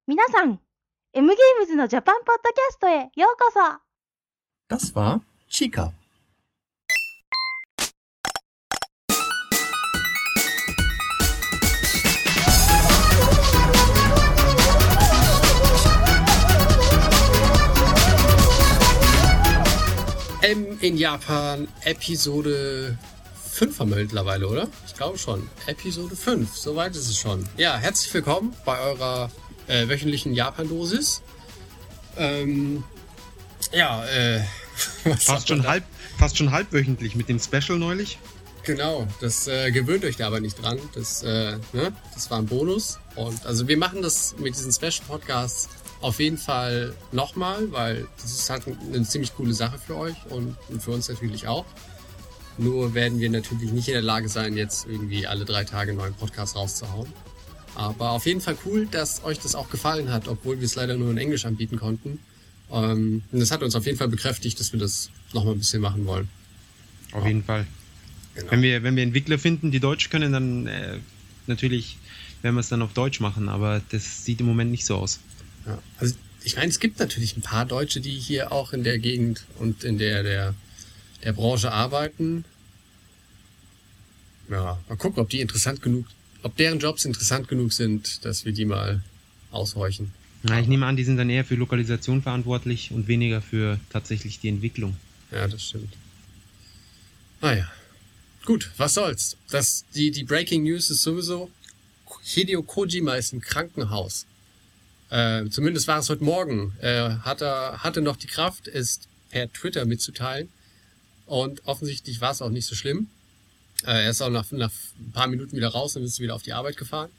皆さん、M ゲームズのジャパンポッドキャストへようこそ。 Das war Chica. In Japan, Episode 5 haben wir mittlerweile, oder? Ich glaube schon. Episode 5, soweit ist es schon. Ja, herzlich willkommen bei eurer wöchentlichen Japan-Dosis. Fast schon halbwöchentlich mit dem Special neulich. Genau, das gewöhnt euch da aber nicht dran. Das war ein Bonus. Und also wir machen das mit diesen Special-Podcasts auf jeden Fall nochmal, weil das ist halt eine ziemlich coole Sache für euch und für uns natürlich auch. Nur werden wir natürlich nicht in der Lage sein, jetzt irgendwie alle 3 Tage einen neuen Podcast rauszuhauen. Aber auf jeden Fall cool, dass euch das auch gefallen hat, obwohl wir es leider nur in Englisch anbieten konnten. Und das hat uns auf jeden Fall bekräftigt, dass wir das nochmal ein bisschen machen wollen. Auf jeden Fall. Genau. Wenn wir Entwickler finden, die Deutsch können, dann natürlich werden wir es dann auf Deutsch machen, aber das sieht im Moment nicht so aus. Ja, also ich meine, es gibt natürlich ein paar Deutsche, die hier auch in der Gegend und in der Branche arbeiten. Ja, mal gucken, ob deren Jobs interessant genug sind, dass wir die mal aushorchen. Na, ich nehme an, die sind dann eher für Lokalisation verantwortlich und weniger für tatsächlich die Entwicklung. Ja, das stimmt. Naja, gut, was soll's. Die Breaking News ist sowieso, Hideo Kojima ist im Krankenhaus. Zumindest war es heute Morgen. Hatte noch die Kraft, es per Twitter mitzuteilen. Und offensichtlich war es auch nicht so schlimm. Er ist auch nach ein paar Minuten wieder raus und ist wieder auf die Arbeit gefahren.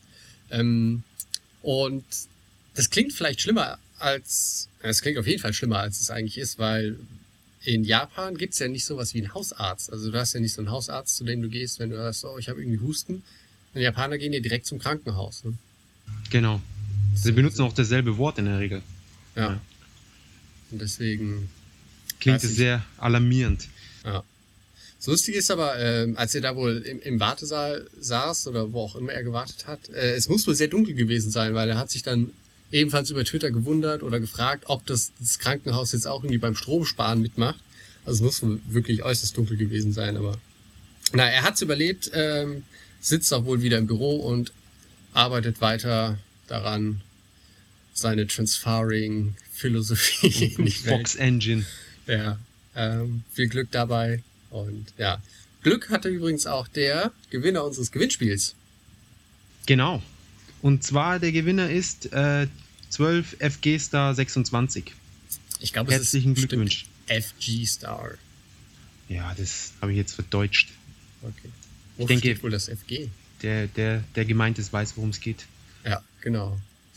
Und das klingt vielleicht es klingt auf jeden Fall schlimmer, als es eigentlich ist, weil in Japan gibt's ja nicht sowas wie einen Hausarzt. Also du hast ja nicht so einen Hausarzt, zu dem du gehst, wenn du sagst, ich habe irgendwie Husten. Und Japaner gehen ja direkt zum Krankenhaus. Ne? Genau. Sie benutzen auch dasselbe Wort in der Regel. Ja. Und deswegen klingt es sehr alarmierend. Ja. Das Lustige ist aber, als er da wohl im Wartesaal saß oder wo auch immer er gewartet hat, es muss wohl sehr dunkel gewesen sein, weil er hat sich dann ebenfalls über Twitter gewundert oder gefragt, ob das Krankenhaus jetzt auch irgendwie beim Stromsparen mitmacht. Also es muss wohl wirklich äußerst dunkel gewesen sein, aber er hat's überlebt, sitzt auch wohl wieder im Büro und arbeitet weiter daran, seine Transferring-Philosophie in die Fox Engine. Ja, viel Glück dabei. Und ja, Glück hatte übrigens auch der Gewinner unseres Gewinnspiels. Genau. Und zwar der Gewinner ist 12 FG Star 26. Ich glaube, herzlichen Glückwunsch. FG Star. Ja, das habe ich jetzt verdeutscht. Okay. Ich denke, steht wohl das FG. Der gemeint ist, weiß, worum es geht. Ja, genau.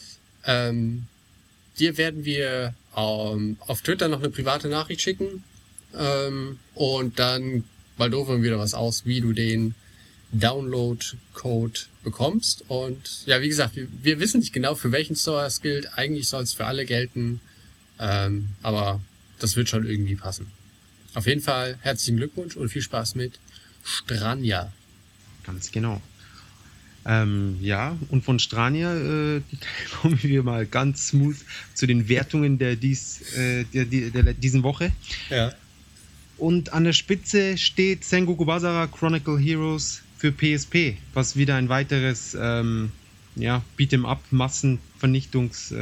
Dir werden wir auf Twitter noch eine private Nachricht schicken. Und dann baldowern wir wieder was aus, wie du den Download-Code bekommst. Und ja, wie gesagt, wir wissen nicht genau, für welchen Store es gilt. Eigentlich soll es für alle gelten. Aber das wird schon irgendwie passen. Auf jeden Fall herzlichen Glückwunsch und viel Spaß mit Strania. Ganz genau. Ja, und von Strania kommen wir mal ganz smooth zu den Wertungen der diesen Woche. Ja. Und an der Spitze steht Sengoku Basara Chronicle Heroes für PSP, was wieder ein weiteres Beat'em-up Massenvernichtungs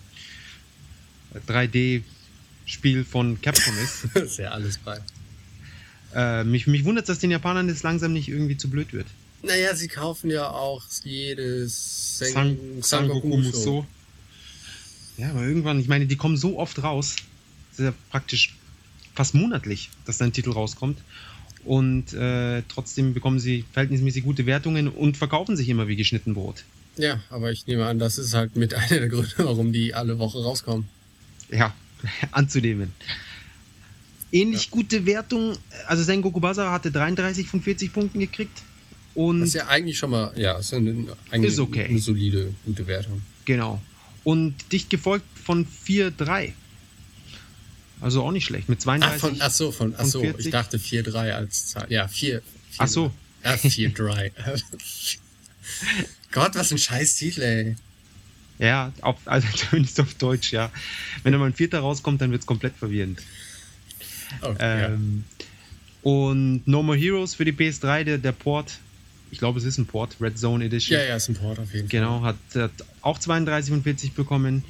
3D-Spiel von Capcom ist. Das ist ja alles bei. Mich wundert, dass den Japanern das langsam nicht irgendwie zu blöd wird. Naja, sie kaufen ja auch jedes Sangoku Musou. Ja, aber irgendwann, ich meine, die kommen so oft raus. Das ist ja praktisch fast monatlich, dass da ein Titel rauskommt. Und trotzdem bekommen sie verhältnismäßig gute Wertungen und verkaufen sich immer wie geschnitten Brot. Ja, aber ich nehme an, das ist halt mit einer der Gründe, warum die alle Woche rauskommen. Ja, anzunehmen. Ähnlich gute Wertung, also Sengoku Basara hatte 33 von 40 Punkten gekriegt. Und das ist ja eigentlich schon mal, ist okay. Eine solide, gute Wertung. Genau. Und dicht gefolgt von 4-3. Also auch nicht schlecht. Mit 32. Von 40. Ich dachte 4-3 als Zahl. Ja, 4. Ach so. Ja, 4-3. Gott, was ein scheiß Titel, ey. Ja, also zumindest auf Deutsch, ja. Wenn da mal ein 4. rauskommt, dann wird es komplett verwirrend. Okay, Und No More Heroes für die PS3, der Port, ich glaube, es ist ein Port, Red Zone Edition. Ja, ist ein Port auf jeden Fall. Genau, hat auch 32 von 40 bekommen.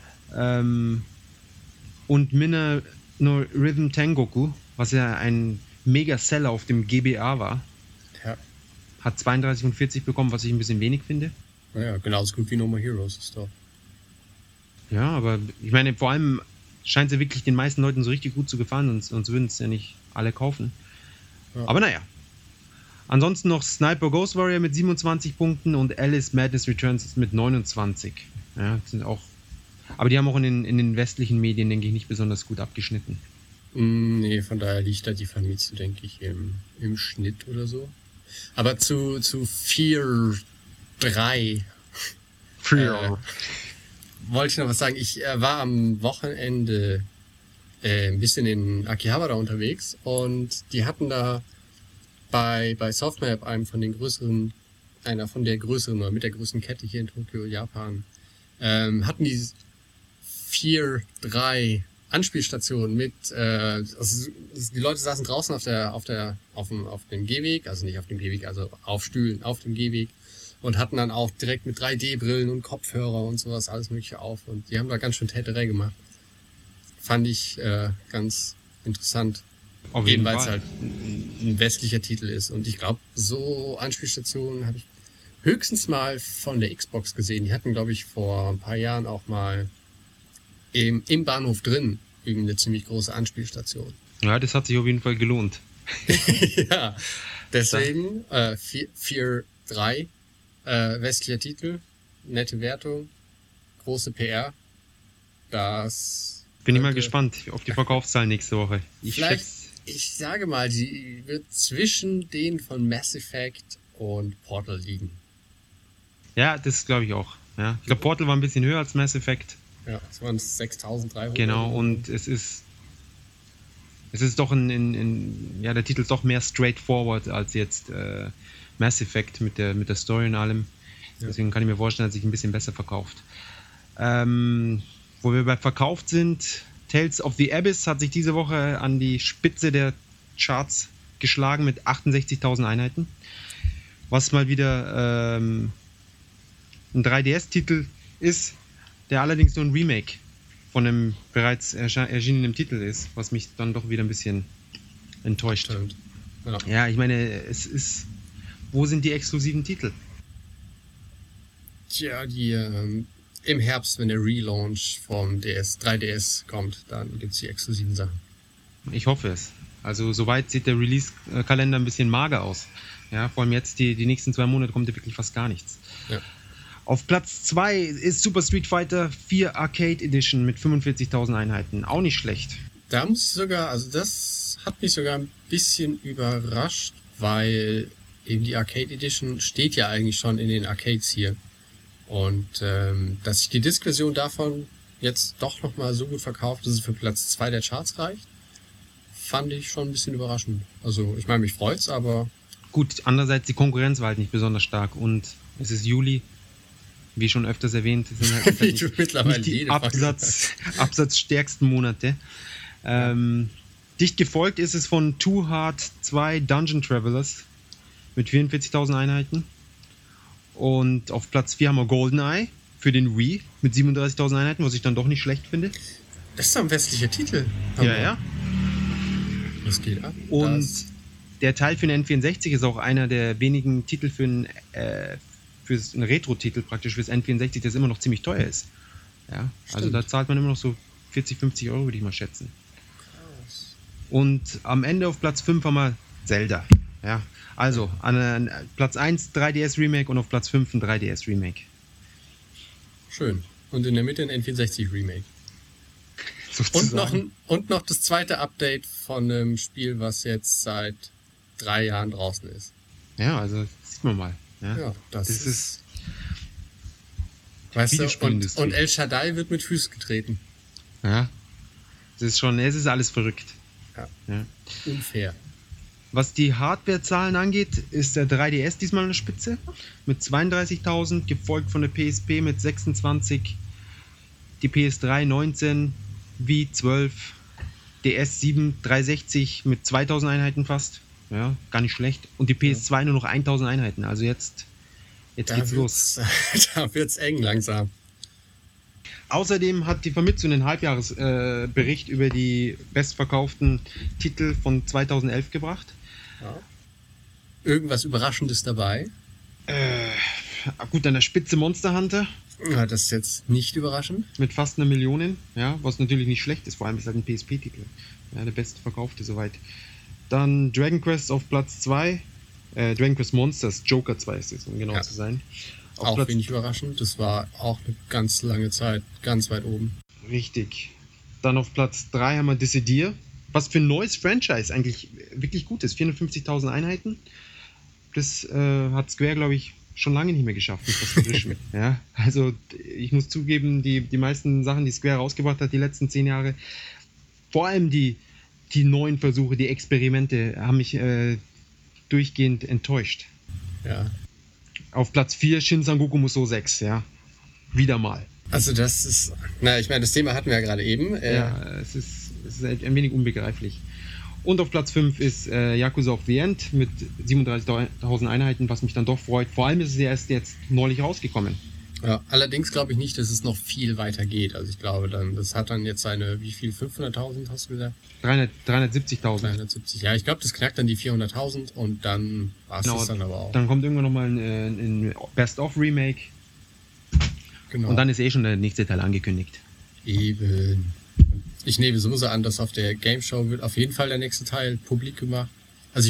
Und Minna no Rhythm Tengoku, was ja ein Mega-Seller auf dem GBA war, hat 32 von 40 bekommen, was ich ein bisschen wenig finde. Ja, genauso gut wie No More Heroes ist doch. Ja, aber ich meine, vor allem scheint es ja wirklich den meisten Leuten so richtig gut zu gefallen, sonst würden es ja nicht alle kaufen. Ja. Aber naja. Ansonsten noch Sniper Ghost Warrior mit 27 Punkten und Alice Madness Returns mit 29. Ja, sind auch. Aber die haben auch in den westlichen Medien, denke ich, nicht besonders gut abgeschnitten. Nee, von daher liegt da die Famitsu, denke ich, im Schnitt oder so. Aber zu 4-3 wollte ich noch was sagen. Ich war am Wochenende ein bisschen in Akihabara unterwegs und die hatten da bei Softmap, einer von der größeren oder mit der größten Kette hier in Tokio, Japan, hatten die 4-3 Anspielstationen mit, also die Leute saßen draußen auf dem Gehweg, also nicht auf dem Gehweg, also auf Stühlen auf dem Gehweg und hatten dann auch direkt mit 3D-Brillen und Kopfhörer und sowas alles mögliche auf und die haben da ganz schön Täterei gemacht. Fand ich ganz interessant. Auf jeden Fall. Weil es Fall. halt ein westlicher Titel ist und ich glaube, so Anspielstationen habe ich höchstens mal von der Xbox gesehen. Die hatten, glaube ich, vor ein paar Jahren auch mal im Bahnhof drin eine ziemlich große Anspielstation. Ja, das hat sich auf jeden Fall gelohnt. Ja, deswegen 4-3 westlicher Titel, nette Wertung, große PR. Das bin ich mal gespannt auf die Verkaufszahlen nächste Woche. Ich sage mal, die wird zwischen den von Mass Effect und Portal liegen. Ja, das glaube ich auch. Ja. Ich glaube, Portal war ein bisschen höher als Mass Effect. Ja, es waren 6.300. Genau, und es ist doch der Titel ist doch mehr straightforward als jetzt Mass Effect mit der Story und allem. Ja. Deswegen kann ich mir vorstellen, dass sich ein bisschen besser verkauft. Wo wir bei verkauft sind, Tales of the Abyss hat sich diese Woche an die Spitze der Charts geschlagen mit 68.000 Einheiten. Was mal wieder ein 3DS-Titel ist, der allerdings nur ein Remake von einem bereits erschienenen Titel ist, was mich dann doch wieder ein bisschen enttäuscht. Ja, ich meine, wo sind die exklusiven Titel? Tja, die im Herbst, wenn der Relaunch vom 3DS kommt, dann gibt es die exklusiven Sachen. Ich hoffe es. Also soweit sieht der Release-Kalender ein bisschen mager aus. Ja, vor allem jetzt die nächsten 2 Monate kommt ja wirklich fast gar nichts. Ja. Auf Platz 2 ist Super Street Fighter 4 Arcade Edition mit 45.000 Einheiten. Auch nicht schlecht. Da muss ich sogar, also das hat mich sogar ein bisschen überrascht, weil eben die Arcade Edition steht ja eigentlich schon in den Arcades hier. Und dass sich die Disk-Version davon jetzt doch nochmal so gut verkauft, dass es für Platz 2 der Charts reicht, fand ich schon ein bisschen überraschend. Also ich meine, mich freut's, aber... Gut, andererseits die Konkurrenz war halt nicht besonders stark und es ist Juli, wie schon öfters erwähnt, sind halt nicht die absatzstärksten Monate. Dicht gefolgt ist es von Too Hard 2 Dungeon Travelers mit 44.000 Einheiten. Und auf Platz 4 haben wir GoldenEye für den Wii mit 37.000 Einheiten, was ich dann doch nicht schlecht finde. Das ist doch ein westlicher Titel. Ja. Das geht ab. Und der Teil für den N64 ist auch einer der wenigen Titel für einen Retro-Titel praktisch fürs N64, das immer noch ziemlich teuer ist. Ja, also da zahlt man immer noch so 40, 50 Euro, würde ich mal schätzen. Krass. Und am Ende auf Platz 5 haben wir Zelda. Ja, also an Platz 1 3DS Remake und auf Platz 5 ein 3DS Remake. Schön. Und in der Mitte ein N64 Remake. Und noch das zweite Update von einem Spiel, was jetzt seit 3 Jahren draußen ist. Ja, also sieht man mal. Ja, das ist weißt du, und El Shaddai wird mit Füßen getreten. Ja, es ist alles verrückt. Ja. Unfair. Was die Hardware-Zahlen angeht, ist der 3DS diesmal an der Spitze mit 32.000, gefolgt von der PSP mit 26, die PS3 19, Wii 12, DS 7 360 mit 2.000 Einheiten fast. Ja, gar nicht schlecht. Und die PS2 nur noch 1.000 Einheiten. Also jetzt geht's los. Da wird's eng langsam. Außerdem hat die Famitsu einen Halbjahresbericht über die bestverkauften Titel von 2011 gebracht. Ja. Irgendwas Überraschendes dabei? Gut, an der Spitze Monster Hunter. Ja, das ist jetzt nicht überraschend. Mit fast 1 Million, ja, was natürlich nicht schlecht ist, vor allem ist halt ein PSP-Titel. Ja, der bestverkaufte soweit. Dann Dragon Quest auf Platz 2. Dragon Quest Monsters, Joker 2 ist es, um genau zu sein. Auf auch Platz wenig überraschend, das war auch eine ganz lange Zeit ganz weit oben. Richtig. Dann auf Platz 3 haben wir Dissidia, was für ein neues Franchise eigentlich wirklich gut ist. 450.000 Einheiten. Das hat Square, glaube ich, schon lange nicht mehr geschafft, nicht was zu erwischen. Ja, also ich muss zugeben, die meisten Sachen, die Square rausgebracht hat die letzten 10 Jahre, vor allem die neuen Versuche, die Experimente, haben mich durchgehend enttäuscht. Ja. Auf Platz 4 Shin Sangoku Musou 6, ja. Wieder mal. Also das ist, ich meine, das Thema hatten wir ja gerade eben. Ja, es ist ein wenig unbegreiflich. Und auf Platz 5 ist Yakuza of the End mit 37.000 Einheiten, was mich dann doch freut. Vor allem ist es erst jetzt neulich rausgekommen. Ja, allerdings glaube ich nicht, dass es noch viel weiter geht. Also ich glaube das hat dann jetzt seine, wie viel, 500.000 hast du gesagt? 370.000. 370, ja, ich glaube, das knackt dann die 400.000 und dann war es das dann aber auch. Dann kommt irgendwann nochmal ein Best-of-Remake. Genau. Und dann ist schon der nächste Teil angekündigt. Eben. Ich nehme sowieso an, dass auf der Game Show wird auf jeden Fall der nächste Teil publik gemacht. Also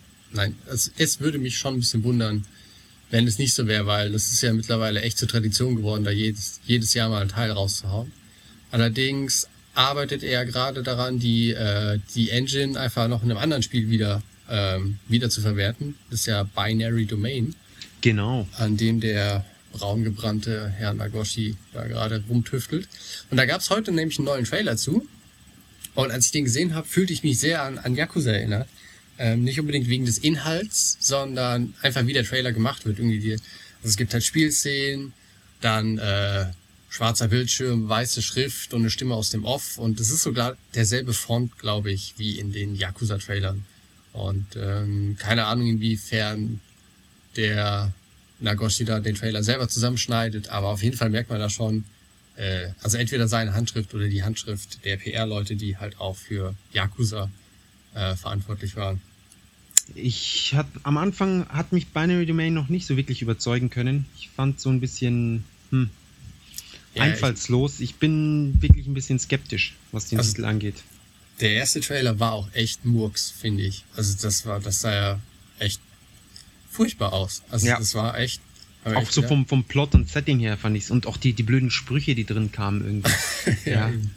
es würde mich schon ein bisschen wundern, wenn es nicht so wäre, weil das ist ja mittlerweile echt zur Tradition geworden, da jedes Jahr mal einen Teil rauszuhauen. Allerdings arbeitet er gerade daran, die Engine einfach noch in einem anderen Spiel wieder zu verwerten. Das ist ja Binary Domain. Genau. An dem der braungebrannte Herr Nagoshi da gerade rumtüftelt. Und da gab es heute nämlich einen neuen Trailer zu. Und als ich den gesehen habe, fühlte ich mich sehr an Yakuza erinnert. Nicht unbedingt wegen des Inhalts, sondern einfach wie der Trailer gemacht wird. Also es gibt halt Spielszenen, dann schwarzer Bildschirm, weiße Schrift und eine Stimme aus dem Off. Und das ist sogar derselbe Font, glaube ich, wie in den Yakuza-Trailern. Und keine Ahnung, inwiefern der Nagoshi da den Trailer selber zusammenschneidet, aber auf jeden Fall merkt man da schon, also entweder seine Handschrift oder die Handschrift der PR-Leute, die halt auch für Yakuza verantwortlich waren. Am Anfang hat mich Binary Domain noch nicht so wirklich überzeugen können. Ich fand so ein bisschen einfallslos. Ich bin wirklich ein bisschen skeptisch, was den Titel angeht. Der erste Trailer war auch echt Murks, finde ich. Also das sah ja echt furchtbar aus. Also das war echt... Auch so vom Plot und Setting her fand ich es. Und auch die blöden Sprüche, die drin kamen irgendwie.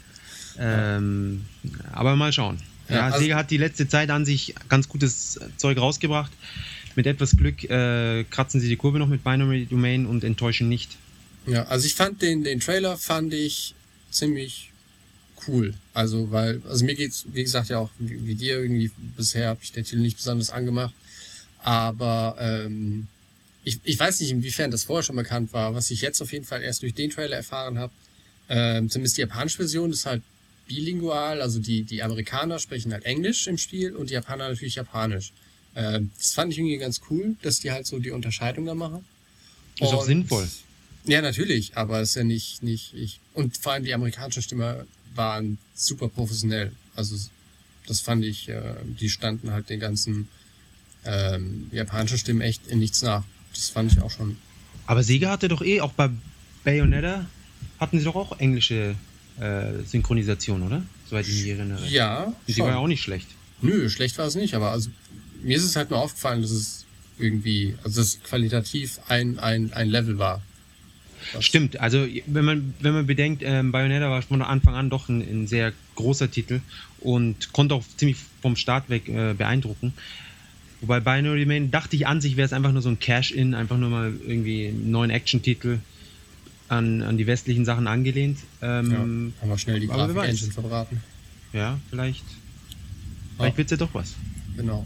Aber mal schauen. Ja, also Sega hat die letzte Zeit an sich ganz gutes Zeug rausgebracht. Mit etwas Glück kratzen sie die Kurve noch mit Binary Domain und enttäuschen nicht. Ja, also ich fand den Trailer ziemlich cool. Also mir geht's, wie gesagt, ja auch wie dir irgendwie. Bisher habe ich den Titel nicht besonders angemacht. Aber ich weiß nicht, inwiefern das vorher schon bekannt war. Was ich jetzt auf jeden Fall erst durch den Trailer erfahren habe, zumindest die japanische Version ist halt bilingual, also die Amerikaner sprechen halt Englisch im Spiel und die Japaner natürlich Japanisch. Das fand ich irgendwie ganz cool, dass die halt so die Unterscheidung da machen. Ist auch sinnvoll. Ja, natürlich, aber es ist ja nicht ich. Und vor allem die amerikanischen Stimmen waren super professionell. Also das fand ich, die standen halt den ganzen japanischen Stimmen echt in nichts nach. Das fand ich auch schon. Aber Sega hatte doch auch bei Bayonetta hatten sie doch auch englische Synchronisation, oder? Soweit ich mich erinnere. Ja. Und die war ja auch nicht schlecht. Nö, schlecht war es nicht, aber also mir ist es halt nur aufgefallen, dass es irgendwie, also dass qualitativ ein Level war. Stimmt, also wenn man bedenkt, Bayonetta war von Anfang an doch ein sehr großer Titel und konnte auch ziemlich vom Start weg beeindrucken. Wobei Binary Domain dachte ich an sich wäre es einfach nur so ein Cash-In, einfach nur mal irgendwie einen neuen Action-Titel an die westlichen Sachen angelehnt. Haben wir schnell die Grafik-Engine verbraten. Ja, vielleicht wird es ja doch was. Genau.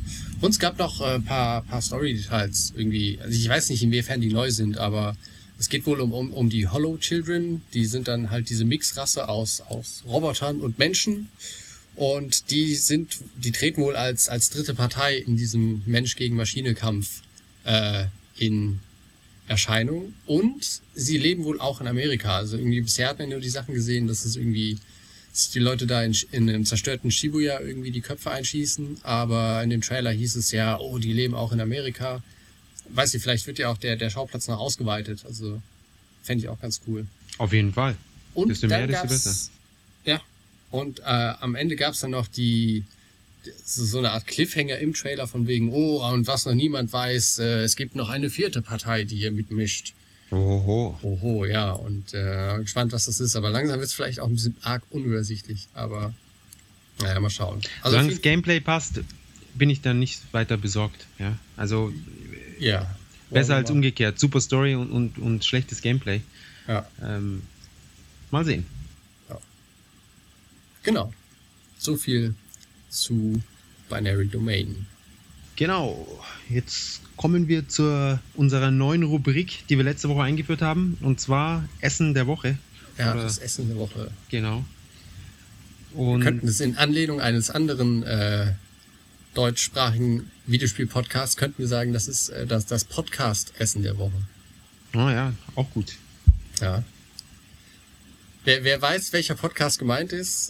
Und es gab noch ein paar Story-Details irgendwie. Also ich weiß nicht, inwiefern die neu sind, aber es geht wohl um die Hollow Children. Die sind dann halt diese Mixrasse aus Robotern und Menschen. Und die treten wohl als dritte Partei in diesem Mensch-gegen-Maschine-Kampf in Erscheinung. Und sie leben wohl auch in Amerika. Also irgendwie bisher hat man nur die Sachen gesehen, dass sich die Leute da in einem zerstörten Shibuya irgendwie die Köpfe einschießen. Aber in dem Trailer hieß es ja, oh, die leben auch in Amerika. Weiß ich, vielleicht wird ja auch der Schauplatz noch ausgeweitet. Also fände ich auch ganz cool. Auf jeden Fall. Und desto mehr, desto besser. Ja. Und am Ende gab es dann noch so eine Art Cliffhanger im Trailer von wegen, oh, und was noch niemand weiß, es gibt noch eine vierte Partei, die hier mitmischt. Oho, ja. Und gespannt, was das ist. Aber langsam wird es vielleicht auch ein bisschen arg unübersichtlich. Aber naja, mal schauen. Also solange das Gameplay passt, bin ich dann nicht weiter besorgt. Ja, also ja, besser als umgekehrt. Super Story und schlechtes Gameplay. Ja. Mal sehen. Ja. Genau. So viel zu Binary Domain. Genau. Jetzt kommen wir zu unserer neuen Rubrik, die wir letzte Woche eingeführt haben. Und zwar Essen der Woche. Ja, das Essen der Woche. Genau. Und wir könnten es in Anlehnung eines anderen deutschsprachigen Videospiel-Podcasts, könnten wir sagen, das ist das Podcast-Essen der Woche. Oh ja, auch gut. Ja. Wer weiß, welcher Podcast gemeint ist,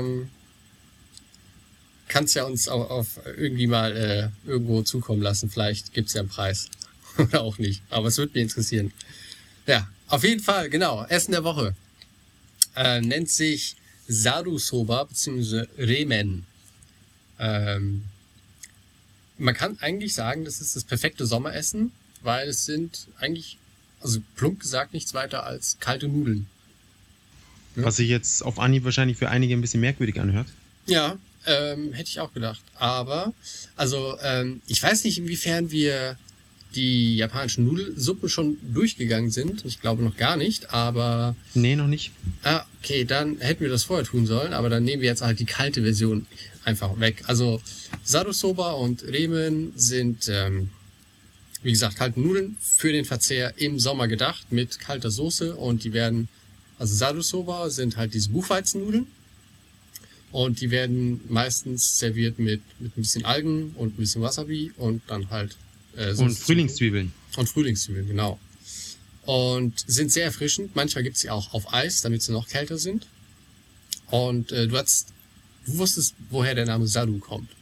kann es ja uns auf irgendwie mal irgendwo zukommen lassen. Vielleicht gibt es ja einen Preis. Oder auch nicht. Aber es würde mich interessieren. Ja, auf jeden Fall, genau. Essen der Woche. Nennt sich Zaru Soba bzw. Remen. Man kann eigentlich sagen, das ist das perfekte Sommeressen, weil es sind eigentlich, also plump gesagt, nichts weiter als kalte Nudeln. Ja? Was sich jetzt auf Anhieb wahrscheinlich für einige ein bisschen merkwürdig anhört. Ja, hätte ich auch gedacht. Aber, also, ich weiß nicht, inwiefern wir die japanischen Nudelsuppen schon durchgegangen sind. Ich glaube noch gar nicht, aber... Nee, noch nicht. Ah, okay, dann hätten wir das vorher tun sollen, aber dann nehmen wir jetzt halt die kalte Version einfach weg. Also, Zaru-Soba und Ramen sind, wie gesagt, kalte Nudeln für den Verzehr im Sommer gedacht mit kalter Soße und die werden, also Zaru-Soba sind halt diese Buchweizennudeln und die werden meistens serviert mit ein bisschen Algen und ein bisschen Wasabi und dann halt und Frühlingszwiebeln. Und Frühlingszwiebeln, genau. Und sind sehr erfrischend. Manchmal gibt's sie auch auf Eis, damit sie noch kälter sind. Und du wusstest, woher der Name Zaru kommt.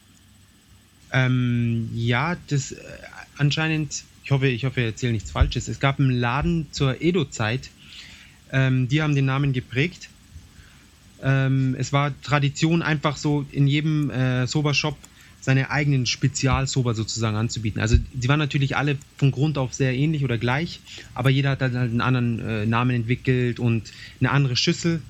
Ja, das anscheinend, ich hoffe, ich erzähle nichts Falsches. Es gab einen Laden zur Edo-Zeit, die haben den Namen geprägt. Es war Tradition, einfach so in jedem Soba-Shop seine eigenen Spezial-Soba sozusagen anzubieten. Also die waren natürlich alle von Grund auf sehr ähnlich oder gleich, aber jeder hat dann halt einen anderen Namen entwickelt und eine andere Schüssel.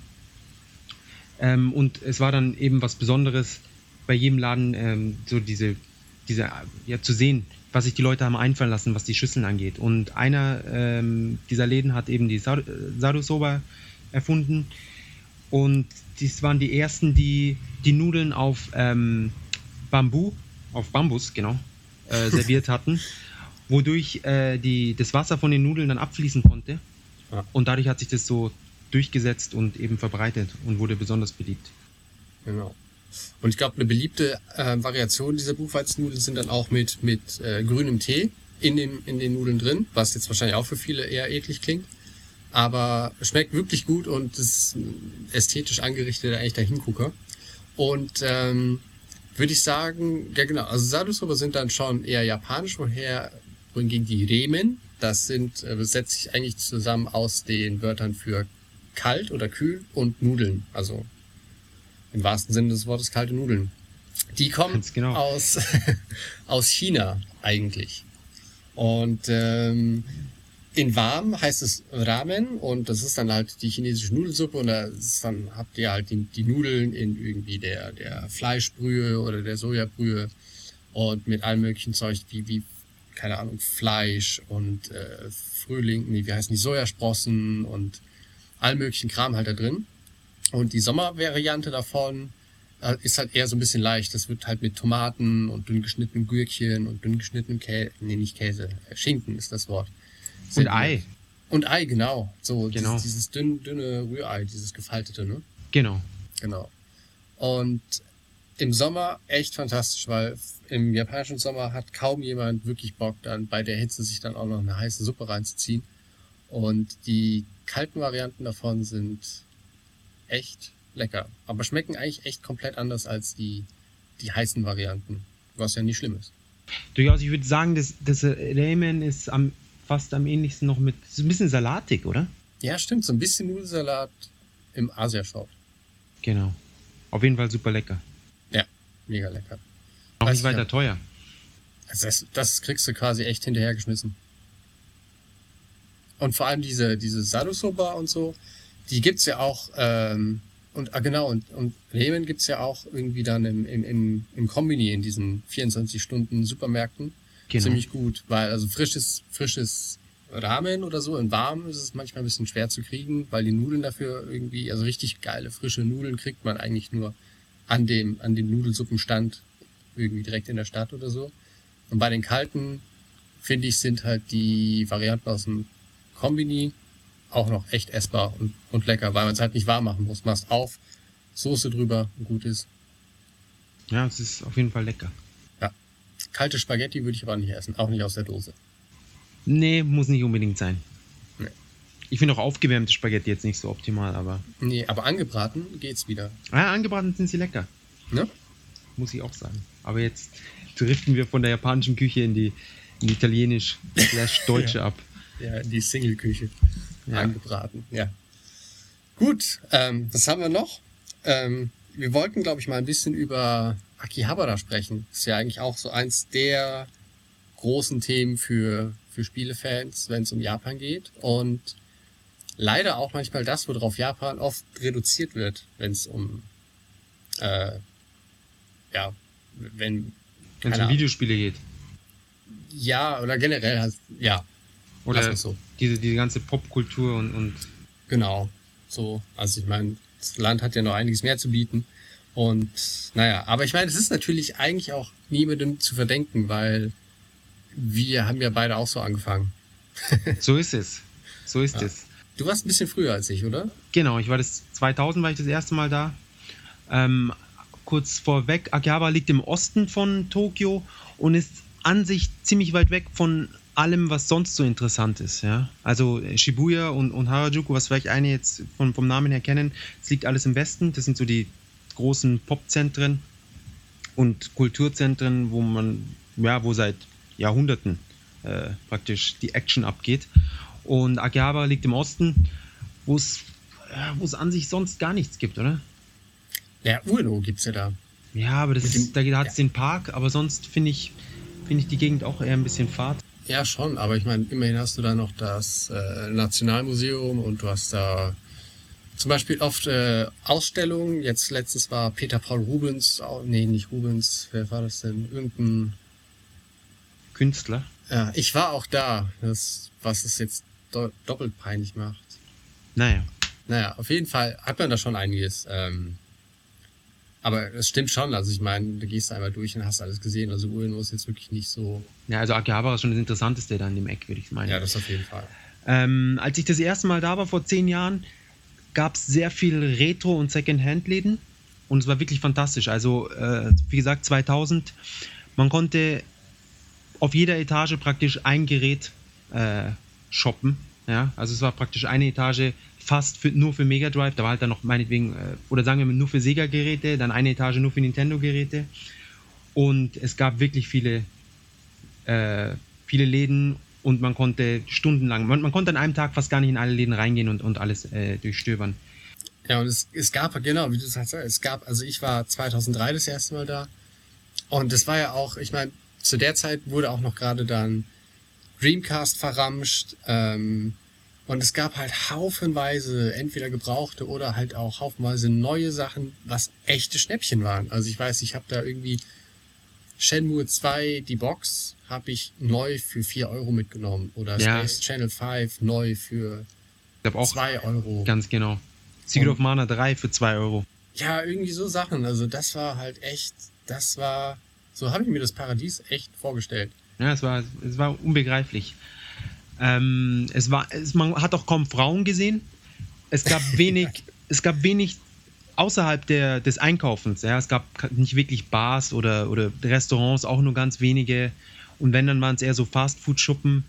Und es war dann eben was Besonderes bei jedem Laden, so diese ja, zu sehen, was sich die Leute haben einfallen lassen, was die Schüsseln angeht. Und einer dieser Läden hat eben die Zaru-Soba erfunden. Und dies waren die ersten, die Nudeln auf Bambus, genau, serviert hatten, wodurch das Wasser von den Nudeln dann abfließen konnte. Ja. Und dadurch hat sich das so durchgesetzt und eben verbreitet und wurde besonders beliebt. Genau. Und ich glaube, eine beliebte Variation dieser Buchweizennudeln sind dann auch mit grünem Tee in den Nudeln drin, was jetzt wahrscheinlich auch für viele eher eklig klingt. Aber schmeckt wirklich gut und ist ästhetisch angerichtet, eigentlich der Hingucker. Und würde ich sagen, ja genau, also Zaru-Soba sind dann schon eher japanisch, wohingegen die Remen, das setzt sich eigentlich zusammen aus den Wörtern für kalt oder kühl und Nudeln, also im wahrsten Sinne des Wortes kalte Nudeln. Die kommen genau aus China eigentlich. Und in warm heißt es Ramen und das ist dann halt die chinesische Nudelsuppe und dann habt ihr halt die Nudeln in irgendwie der Fleischbrühe oder der Sojabrühe und mit allem möglichen Zeug wie keine Ahnung, Fleisch und Sojasprossen und allem möglichen Kram halt da drin. Und die Sommervariante davon ist halt eher so ein bisschen leicht. Das wird halt mit Tomaten und dünn geschnittenen Gürkchen und dünn geschnittenem Käse, nee, nicht Käse, Schinken ist das Wort. Und Ei. Und Ei, genau. So, Genau. dieses dünne Rührei, dieses gefaltete, ne? Genau. Genau. Und im Sommer echt fantastisch, weil im japanischen Sommer hat kaum jemand wirklich Bock, dann bei der Hitze sich dann auch noch eine heiße Suppe reinzuziehen. Und die kalten Varianten davon sind echt lecker. Aber schmecken eigentlich echt komplett anders als die heißen Varianten. Was ja nicht schlimm ist. Durchaus, ich würde sagen, das Ramen ist fast am ähnlichsten noch mit, so ein bisschen salatig, oder? Ja, stimmt. So ein bisschen Nudelsalat im Asia-Shop. Genau. Auf jeden Fall super lecker. Ja, mega lecker. Auch Weiß nicht ich weiter ja. teuer. Also das kriegst du quasi echt hinterhergeschmissen. Und vor allem diese Saru-Soba und so, die gibt's ja auch, und Ramen gibt's ja auch irgendwie dann im Kombini in diesen 24-Stunden-Supermärkten. Genau. Ziemlich gut, weil also frisches Ramen oder so, in warm ist es manchmal ein bisschen schwer zu kriegen, weil die Nudeln dafür irgendwie, also richtig geile, frische Nudeln kriegt man eigentlich nur an dem Nudelsuppenstand irgendwie direkt in der Stadt oder so. Und bei den kalten, finde ich, sind halt die Varianten aus dem Kombini auch noch echt essbar und lecker, weil man es halt nicht warm machen muss. Machst auf, Soße drüber und gut ist. Ja, es ist auf jeden Fall lecker. Ja. Kalte Spaghetti würde ich aber nicht essen, auch nicht aus der Dose. Nee, muss nicht unbedingt sein. Nee. Ich finde auch aufgewärmte Spaghetti jetzt nicht so optimal, aber... Nee, aber angebraten geht's wieder. Ja, angebraten sind sie lecker. Ne? Muss ich auch sagen. Aber jetzt driften wir von der japanischen Küche in die italienisch/deutsche Ja. ab. Ja, die Single-Küche. Ja. Angebraten, ja. Gut, was haben wir noch? Wir wollten, glaube ich, mal ein bisschen über Akihabara sprechen. Das ist ja eigentlich auch so eins der großen Themen für Spielefans, wenn es um Japan geht. Und leider auch manchmal das, worauf Japan oft reduziert wird, wenn es um wenn Wenn es keine um Ahnung. Videospiele geht. Ja, oder generell halt, ja. Oder Lass es so. diese ganze Popkultur und Genau. So, also ich meine, das Land hat ja noch einiges mehr zu bieten. Und naja, aber ich meine, es ist natürlich eigentlich auch niemandem zu verdenken, weil wir haben ja beide auch so angefangen. so ist es. So ist Ja. es. Du warst ein bisschen früher als ich, oder? Genau, 2000 war ich das erste Mal da. Kurz vorweg, Akihabara liegt im Osten von Tokio und ist an sich ziemlich weit weg von allem, was sonst so interessant ist. Ja? Also Shibuya und Harajuku, was vielleicht eine jetzt vom Namen her kennen, es liegt alles im Westen. Das sind so die großen Popzentren und Kulturzentren, wo seit Jahrhunderten praktisch die Action abgeht. Und Akihabara liegt im Osten, wo es an sich sonst gar nichts gibt, oder? Ja, Ueno gibt's ja da. Ja, aber da hat es ja. den Park, aber sonst finde ich die Gegend auch eher ein bisschen fad. Ja, schon, aber ich meine, immerhin hast du da noch das Nationalmuseum und du hast da zum Beispiel oft Ausstellungen. Jetzt letztens war Peter Paul Rubens, nicht Rubens, wer war das denn? Irgendein Künstler. Ja, ich war auch da, was es jetzt doppelt peinlich macht. Naja. Naja, auf jeden Fall hat man da schon einiges. Aber es stimmt schon, also ich meine, du gehst da einmal durch und hast alles gesehen. Also Ueno ist jetzt wirklich nicht so... Ja, also Akihabara ist schon das Interessanteste da in dem Eck, würde ich meinen. Ja, das auf jeden Fall. Als ich das erste Mal da war, vor 10 Jahren, gab es sehr viel Retro- und Second-Hand-Läden und es war wirklich fantastisch. Also, wie gesagt, 2000, man konnte auf jeder Etage praktisch ein Gerät shoppen. Ja? Also es war praktisch eine Etage fast nur für Mega Drive, da war halt dann noch meinetwegen, oder sagen wir mal nur für Sega-Geräte, dann eine Etage nur für Nintendo-Geräte und es gab wirklich viele Läden und man konnte stundenlang, man konnte an einem Tag fast gar nicht in alle Läden reingehen und alles durchstöbern. Ja, und es gab, genau, wie du sagst, also ich war 2003 das erste Mal da und das war ja auch, ich meine, zu der Zeit wurde auch noch gerade dann Dreamcast verramscht, und es gab halt haufenweise entweder gebrauchte oder halt auch haufenweise neue Sachen, was echte Schnäppchen waren. Also ich weiß, ich habe da irgendwie Shenmue 2, die Box, habe ich neu für 4 Euro mitgenommen. Oder Ja. Space Channel 5 neu für Ich glaube auch 2 Euro. ganz genau. Secret of Mana 3 für 2 Euro. Ja, irgendwie so Sachen. Also das war halt echt, so habe ich mir das Paradies echt vorgestellt. Ja, es war unbegreiflich. Man hat auch kaum Frauen gesehen. Es gab wenig außerhalb des Einkaufens. Ja, es gab nicht wirklich Bars oder Restaurants, auch nur ganz wenige. Und wenn, dann waren es eher so Fastfood-Schuppen.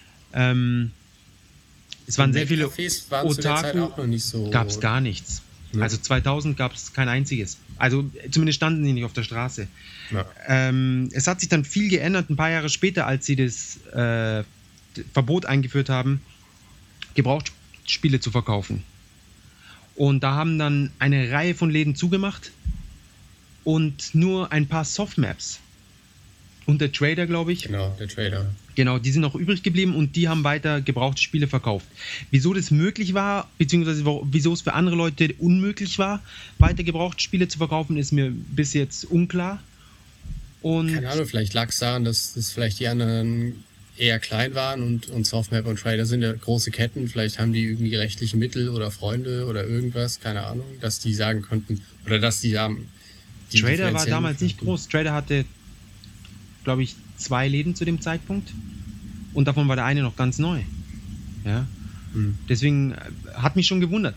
Es waren sehr viele Cafés waren zu der Zeit auch noch nicht so. Gab es gar nichts. Ja. Also 2000 gab es kein einziges. Also zumindest standen sie nicht auf der Straße. Ja. Es hat sich dann viel geändert, ein paar Jahre später, als sie das Verbot eingeführt haben, Gebrauchtspiele zu verkaufen. Und da haben dann eine Reihe von Läden zugemacht und nur ein paar Softmaps. Und der Trader, glaube ich. Genau, der Trader. Genau, die sind noch übrig geblieben und die haben weiter gebrauchte Spiele verkauft. Wieso das möglich war, beziehungsweise wieso es für andere Leute unmöglich war, weiter gebrauchte Spiele zu verkaufen, ist mir bis jetzt unklar. Und keine Ahnung, vielleicht lag es daran, dass vielleicht die anderen eher klein waren und Softmap und Trader sind ja große Ketten. Vielleicht haben die irgendwie rechtliche Mittel oder Freunde oder irgendwas, keine Ahnung, dass die sagen konnten, oder dass die haben. Trader war damals nicht groß. Trader hatte, glaube ich, 2 Läden zu dem Zeitpunkt und davon war der eine noch ganz neu. Ja. Deswegen hat mich schon gewundert.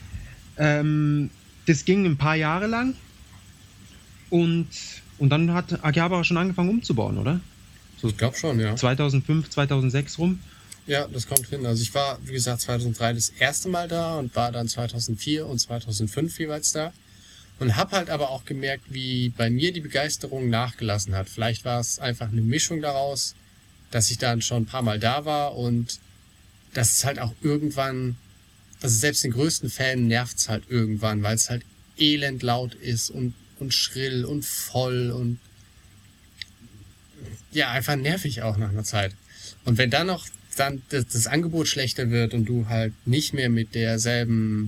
Das ging ein paar Jahre lang und dann hat Akihabara schon angefangen umzubauen, oder? So ich glaube schon, ja. 2005, 2006 rum. Ja, das kommt hin. Also ich war, wie gesagt, 2003 das erste Mal da und war dann 2004 und 2005 jeweils da. Und habe halt aber auch gemerkt, wie bei mir die Begeisterung nachgelassen hat. Vielleicht war es einfach eine Mischung daraus, dass ich dann schon ein paar Mal da war und dass es halt auch irgendwann, also selbst den größten Fan nervt es halt irgendwann, weil es halt elend laut ist und schrill und voll und ja, einfach nervig auch nach einer Zeit. Und wenn dann noch das Angebot schlechter wird und du halt nicht mehr mit derselben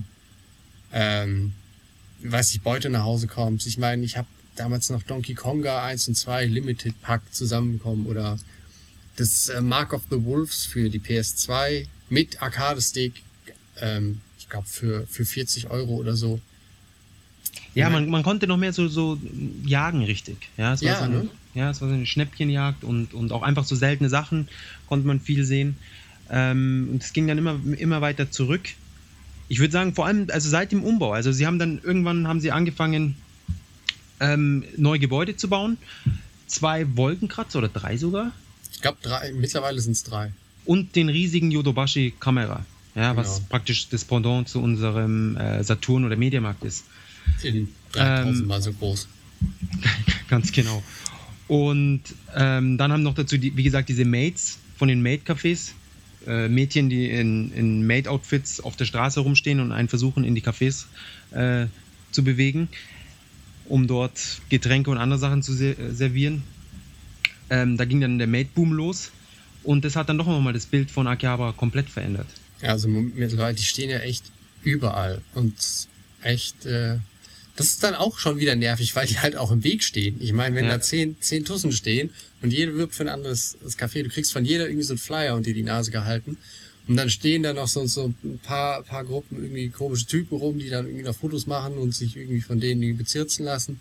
Beute nach Hause kommst. Ich meine, ich habe damals noch Donkey Konga 1 und 2 Limited Pack zusammenbekommen oder das Mark of the Wolves für die PS2 mit Arcade-Stick, ich glaube für 40 € oder so. Ja, man konnte noch mehr so jagen, richtig. Ja, es war so eine Schnäppchenjagd und auch einfach so seltene Sachen konnte man viel sehen. Und es ging dann immer weiter zurück. Ich würde sagen, vor allem also seit dem Umbau. Also irgendwann haben sie angefangen, neue Gebäude zu bauen. 2 Wolkenkratzer oder 3 sogar. Ich glaube 3, mittlerweile sind es 3. Und den riesigen Yodobashi-Kamera, ja, Genau. Was praktisch das Pendant zu unserem Saturn oder Mediamarkt ist. In 3000 Mal so groß. Ganz genau. Und dann haben noch dazu, wie gesagt, diese Maids von den Maid-Cafés. Mädchen, die in Maid-Outfits auf der Straße rumstehen und einen versuchen, in die Cafés zu bewegen, um dort Getränke und andere Sachen zu servieren. Da ging dann der Maid-Boom los und das hat dann doch nochmal das Bild von Akihabara komplett verändert. Ja, also mittlerweile, die stehen ja echt überall und echt, das ist dann auch schon wieder nervig, weil die halt auch im Weg stehen. Ich meine, wenn da 10 Tussen stehen und jeder wirbt für ein anderes Café, du kriegst von jeder irgendwie so einen Flyer und dir die Nase gehalten und dann stehen da noch so ein paar Gruppen, irgendwie komische Typen rum, die dann irgendwie noch Fotos machen und sich irgendwie von denen irgendwie bezirzen lassen.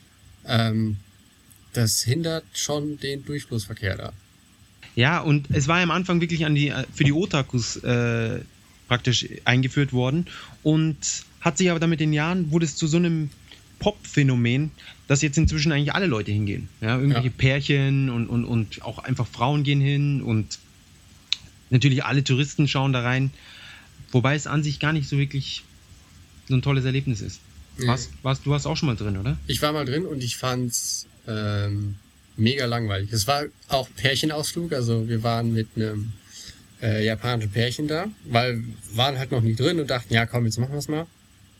Das hindert schon den Durchflussverkehr da. Ja, und es war ja am Anfang wirklich für die Otakus praktisch eingeführt worden und hat sich aber dann mit den Jahren, wurde es zu so einem Pop-Phänomen, dass jetzt inzwischen eigentlich alle Leute hingehen. Ja, irgendwelche Pärchen und auch einfach Frauen gehen hin und natürlich alle Touristen schauen da rein, wobei es an sich gar nicht so wirklich so ein tolles Erlebnis ist. Du warst auch schon mal drin, oder? Ich war mal drin und ich fand's mega langweilig. Es war auch Pärchenausflug, also wir waren mit einem japanischen Pärchen da, weil wir waren halt noch nie drin und dachten, ja komm, jetzt machen wir es mal.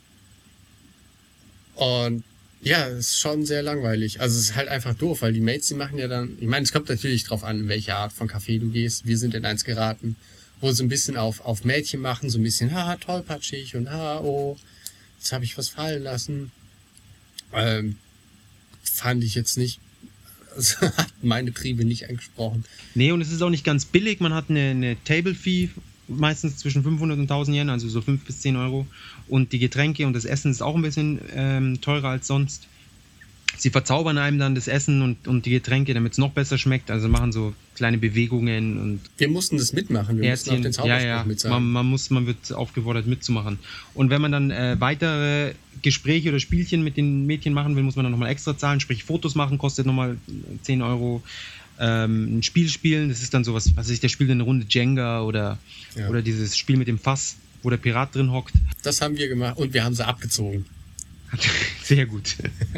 Und ja, es ist schon sehr langweilig. Also es ist halt einfach doof, weil die Mates, die machen ja dann, ich meine, es kommt natürlich drauf an, in welche Art von Café du gehst. Wir sind in eins geraten, wo sie ein bisschen auf Mädchen machen, so ein bisschen, haha, tollpatschig und haha, oh, jetzt habe ich was fallen lassen. Fand ich jetzt nicht, also hat meine Triebe nicht angesprochen. Nee, und es ist auch nicht ganz billig. Man hat eine Table-Fee meistens zwischen 500 und 1000 Yen, also so 5 bis 10 Euro. Und die Getränke und das Essen ist auch ein bisschen teurer als sonst. Sie verzaubern einem dann das Essen und die Getränke, damit es noch besser schmeckt. Also machen so kleine Bewegungen und wir mussten das mitmachen. Wir mussten auch den Zauberspruch mitsagen. Man wird aufgefordert mitzumachen. Und wenn man dann weitere Gespräche oder Spielchen mit den Mädchen machen will, muss man dann nochmal extra zahlen. Sprich, Fotos machen kostet nochmal 10 Euro. Ein Spiel spielen, das ist dann sowas, was ist, der spielt eine Runde Jenga oder dieses Spiel mit dem Fass, wo der Pirat drin hockt. Das haben wir gemacht und wir haben sie abgezogen. Sehr gut.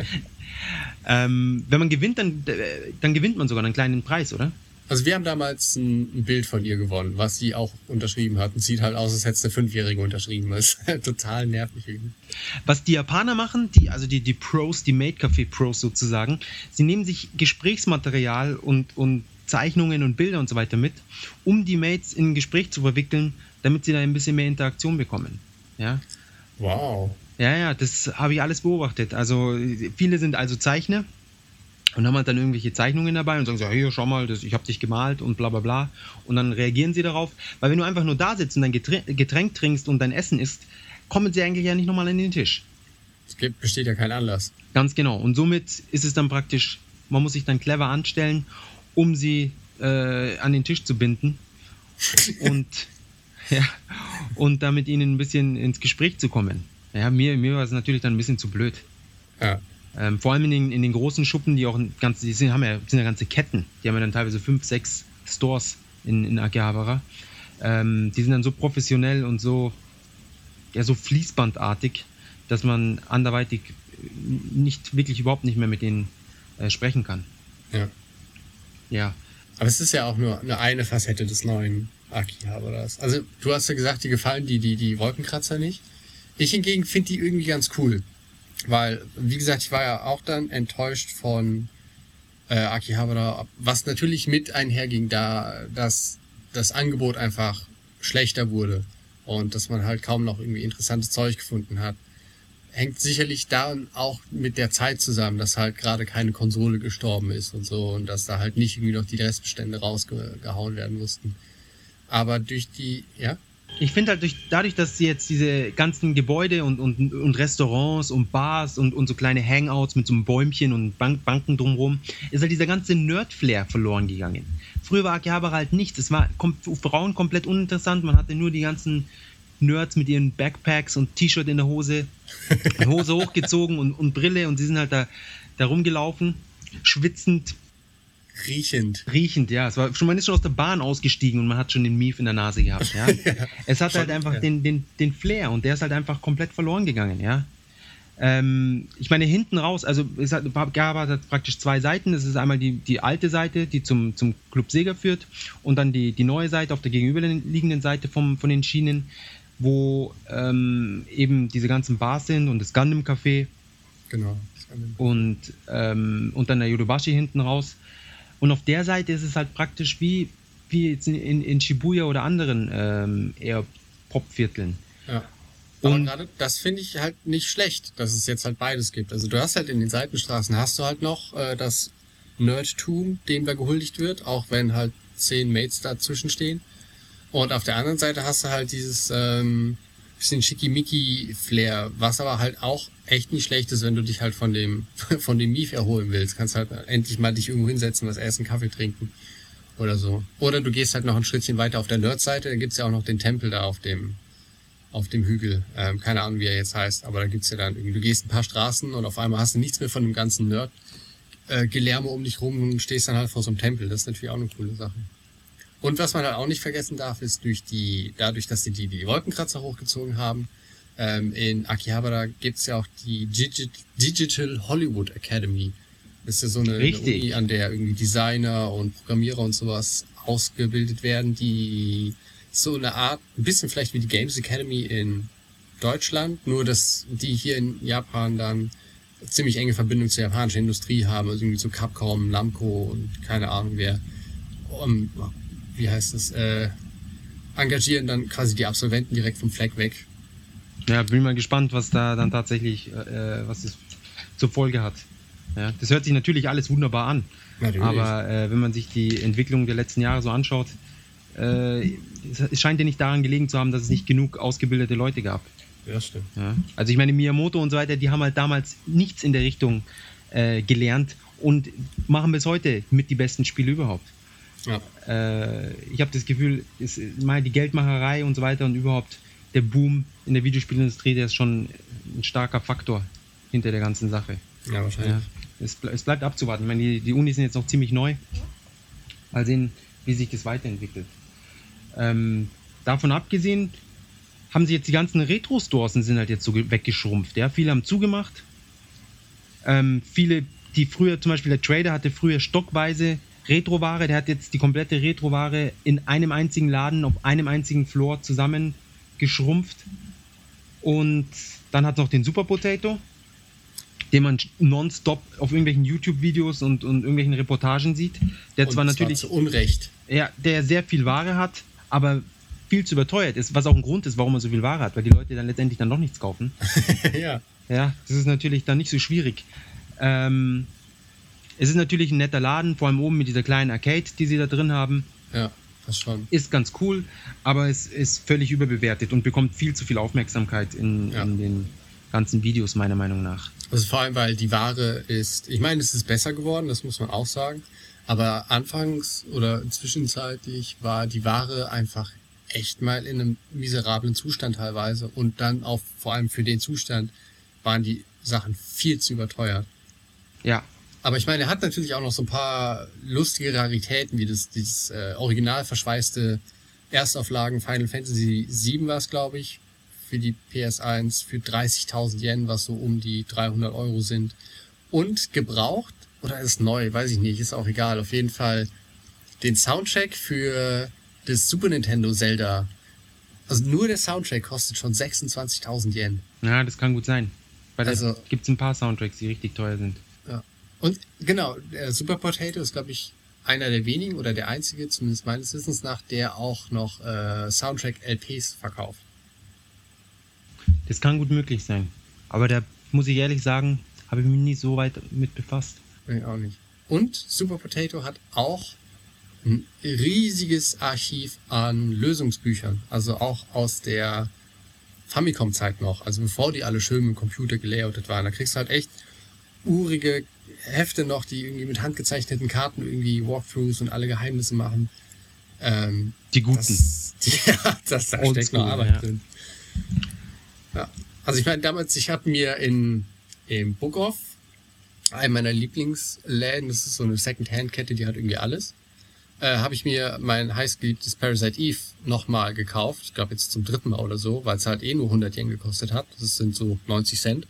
Wenn man gewinnt, dann gewinnt man sogar einen kleinen Preis, oder? Also wir haben damals ein Bild von ihr gewonnen, was sie auch unterschrieben hat. Und sieht halt aus, als hätte es eine 5-Jährige unterschrieben. Das ist halt total nervig irgendwie. Was die Japaner machen, die Pros, die Maid-Café-Pros sozusagen, sie nehmen sich Gesprächsmaterial und Zeichnungen und Bilder und so weiter mit, um die Mates in ein Gespräch zu verwickeln, damit sie da ein bisschen mehr Interaktion bekommen. Ja? Wow. Ja, das habe ich alles beobachtet. Also viele sind also Zeichner und haben halt dann irgendwelche Zeichnungen dabei und sagen so, hier, schau mal, ich habe dich gemalt und bla bla bla. Und dann reagieren sie darauf. Weil wenn du einfach nur da sitzt und dein Getränk trinkst und dein Essen isst, kommen sie eigentlich ja nicht nochmal an den Tisch. Besteht ja kein Anlass. Ganz genau. Und somit ist es dann praktisch, man muss sich dann clever anstellen, um sie an den Tisch zu binden und damit ihnen ein bisschen ins Gespräch zu kommen. Ja, mir war es natürlich dann ein bisschen zu blöd. Ja. Vor allem in den großen Schuppen, die auch sind ja ganze Ketten. Die haben ja dann teilweise 5, 6 Stores in Akihabara. Die sind dann so professionell und so fließbandartig, dass man anderweitig überhaupt nicht mehr mit denen sprechen kann. Ja. Ja. Aber es ist ja auch nur eine Facette des neuen Akihabaras. Also du hast ja gesagt, dir gefallen die Wolkenkratzer nicht. Ich hingegen finde die irgendwie ganz cool. Weil, wie gesagt, ich war ja auch dann enttäuscht von Akihabara, was natürlich mit einherging, da dass das Angebot einfach schlechter wurde und dass man halt kaum noch irgendwie interessantes Zeug gefunden hat. Hängt sicherlich dann auch mit der Zeit zusammen, dass halt gerade keine Konsole gestorben ist und so und dass da halt nicht irgendwie noch die Restbestände rausgehauen werden mussten. Aber durch die, ja? Ich finde halt dadurch, dass sie jetzt diese ganzen Gebäude und Restaurants und Bars und so kleine Hangouts mit so einem Bäumchen und Banken drumherum, ist halt dieser ganze Nerd-Flair verloren gegangen. Früher war Akihabara halt nichts. Es war für Frauen komplett uninteressant. Man hatte nur die ganzen Nerds mit ihren Backpacks und T-Shirt in der Hose, Hose hochgezogen und Brille und sie sind halt da rumgelaufen, schwitzend. Riechend, ja. Man ist schon aus der Bahn ausgestiegen und man hat schon den Mief in der Nase gehabt, ja. Es hat halt einfach den Flair und der ist halt einfach komplett verloren gegangen, ja. Ich meine, hinten raus, also Akihabara hat praktisch 2 Seiten. Das ist einmal die alte Seite, die zum Club Sega führt und dann die neue Seite auf der gegenüberliegenden Seite von den Schienen, wo eben diese ganzen Bars sind und das Gundam Café. Genau. Und dann der Yodobashi hinten raus. Und auf der Seite ist es halt praktisch wie jetzt in Shibuya oder anderen eher Popvierteln. Ja. Aber gerade das finde ich halt nicht schlecht, dass es jetzt halt beides gibt. Also du hast halt in den Seitenstraßen hast du halt noch das Nerdtum, dem da gehuldigt wird, auch wenn halt 10 Mates dazwischen stehen. Und auf der anderen Seite hast du halt dieses bisschen Schickimicki-Flair, was aber halt auch echt nicht schlecht ist, wenn du dich halt von dem Mief erholen willst. Kannst halt endlich mal dich irgendwo hinsetzen, was essen, Kaffee trinken oder so. Oder du gehst halt noch ein Schrittchen weiter auf der Nerd-Seite, dann gibt's ja auch noch den Tempel da auf dem Hügel. Keine Ahnung, wie er jetzt heißt, aber da gibt's ja dann irgendwie, du gehst ein paar Straßen und auf einmal hast du nichts mehr von dem ganzen Nerd-Gelärme um dich rum und stehst dann halt vor so einem Tempel. Das ist natürlich auch eine coole Sache. Und was man halt auch nicht vergessen darf, ist dadurch, dass sie die Wolkenkratzer hochgezogen haben, in Akihabara gibt's ja auch die Digital Hollywood Academy. Das ist ja so eine Uni, an der irgendwie Designer und Programmierer und sowas ausgebildet werden, die so eine Art, ein bisschen vielleicht wie die Games Academy in Deutschland, nur dass die hier in Japan dann ziemlich enge Verbindung zur japanischen Industrie haben, also irgendwie so Capcom, Namco und keine Ahnung wer, engagieren dann quasi die Absolventen direkt vom Fleck weg. Ja, bin mal gespannt, was da dann tatsächlich, was das zur Folge hat. Ja, das hört sich natürlich alles wunderbar an. Natürlich. Aber wenn man sich die Entwicklung der letzten Jahre so anschaut, es scheint ja nicht daran gelegen zu haben, dass es nicht genug ausgebildete Leute gab. Ja, stimmt. Ja. Also ich meine, Miyamoto und so weiter, die haben halt damals nichts in der Richtung gelernt und machen bis heute mit die besten Spiele überhaupt. Ja. Ich habe das Gefühl, die Geldmacherei und so weiter und überhaupt der Boom in der Videospielindustrie, der ist schon ein starker Faktor hinter der ganzen Sache. Ja, wahrscheinlich. Ja. Es bleibt abzuwarten. Ich meine, die Unis sind jetzt noch ziemlich neu. Mal sehen, wie sich das weiterentwickelt. Davon abgesehen haben sie jetzt die ganzen Retro-Stores und sind halt jetzt so weggeschrumpft. Ja? Viele haben zugemacht. Viele, die früher, zum Beispiel der Trader hatte früher stockweise Retro-Ware, der hat jetzt die komplette Retro-Ware in einem einzigen Laden, auf einem einzigen Floor zusammengeschrumpft. Und dann hat es noch den Super Potato, den man nonstop auf irgendwelchen YouTube-Videos und irgendwelchen Reportagen sieht. Der zwar natürlich zu Unrecht. Ja, der sehr viel Ware hat, aber viel zu überteuert ist, was auch ein Grund ist, warum er so viel Ware hat, weil die Leute dann letztendlich dann doch nichts kaufen. Ja. Ja, das ist natürlich dann nicht so schwierig. Es ist natürlich ein netter Laden, vor allem oben mit dieser kleinen Arcade, die sie da drin haben. Ja, das schon. Ist ganz cool, aber es ist völlig überbewertet und bekommt viel zu viel Aufmerksamkeit in den ganzen Videos, meiner Meinung nach. Also vor allem, weil die Ware ist, ich meine, es ist besser geworden, das muss man auch sagen, aber anfangs oder zwischenzeitlich war die Ware einfach echt mal in einem miserablen Zustand teilweise und dann auch vor allem für den Zustand waren die Sachen viel zu überteuert. Ja. Aber ich meine, er hat natürlich auch noch so ein paar lustige Raritäten, wie dieses original verschweißte Erstauflagen Final Fantasy 7 war es, glaube ich, für die PS1 für 30.000 Yen, was so um die 300 Euro sind. Und gebraucht, oder ist neu, weiß ich nicht, ist auch egal. Auf jeden Fall den Soundtrack für das Super Nintendo Zelda. Also nur der Soundtrack kostet schon 26.000 Yen. Ja, das kann gut sein. Weil Also- da gibt es ein paar Soundtracks, die richtig teuer sind. Ja. Und genau, der Super Potato ist, glaube ich, einer der wenigen oder der einzige, zumindest meines Wissens nach, der auch noch Soundtrack-LPs verkauft. Das kann gut möglich sein. Aber da muss ich ehrlich sagen, habe ich mich nie so weit mit befasst. Ich auch nicht. Und Super Potato hat auch ein riesiges Archiv an Lösungsbüchern. Also auch aus der Famicom-Zeit noch. Also bevor die alle schön mit dem Computer gelayoutet waren. Da kriegst du halt echt urige Hefte noch, die irgendwie mit handgezeichneten Karten irgendwie Walkthroughs und alle Geheimnisse machen. Die guten. Da steckt Oldschool, noch Arbeit ja. drin. Ja. Also ich meine, damals, ich habe mir im Book Off, einem meiner Lieblingsläden, das ist so eine Second-Hand-Kette, die hat irgendwie alles, habe ich mir mein heißgeliebtes Parasite Eve nochmal gekauft. Ich glaube jetzt zum 3. Mal oder so, weil es halt nur 100 Yen gekostet hat. Das sind so 90 Cent.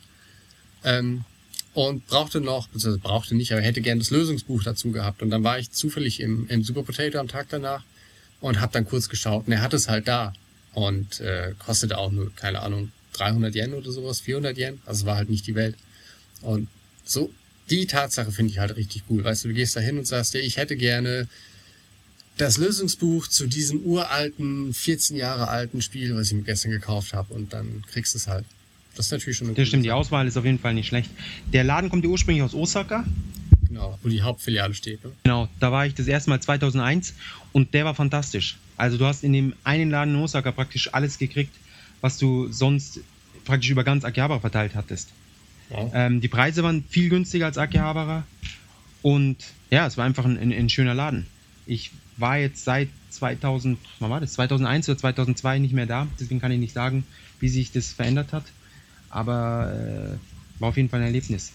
Und brauchte noch, beziehungsweise brauchte nicht, aber hätte gern das Lösungsbuch dazu gehabt. Und dann war ich zufällig im Super Potato am Tag danach und habe dann kurz geschaut. Und er hat es halt da. Und kostete auch nur, keine Ahnung, 300 Yen oder sowas, 400 Yen. Also war halt nicht die Welt. Und so, die Tatsache finde ich halt richtig cool. Weißt du, du gehst da hin und sagst dir, ich hätte gerne das Lösungsbuch zu diesem uralten, 14 Jahre alten Spiel, was ich mir gestern gekauft habe. Und dann kriegst du es halt. Das ist natürlich schon eine Das stimmt, die Sache. Auswahl ist auf jeden Fall nicht schlecht. Der Laden kommt ja ursprünglich aus Osaka. Genau, wo die Hauptfiliale steht. Ne? Genau, da war ich das erste Mal 2001 und der war fantastisch. Also du hast in dem einen Laden in Osaka praktisch alles gekriegt, was du sonst praktisch über ganz Akihabara verteilt hattest. Wow. Die Preise waren viel günstiger als Akihabara und ja, es war einfach ein schöner Laden. Ich war jetzt seit 2001 oder 2002 nicht mehr da, deswegen kann ich nicht sagen, wie sich das verändert hat, aber war auf jeden Fall ein Erlebnis.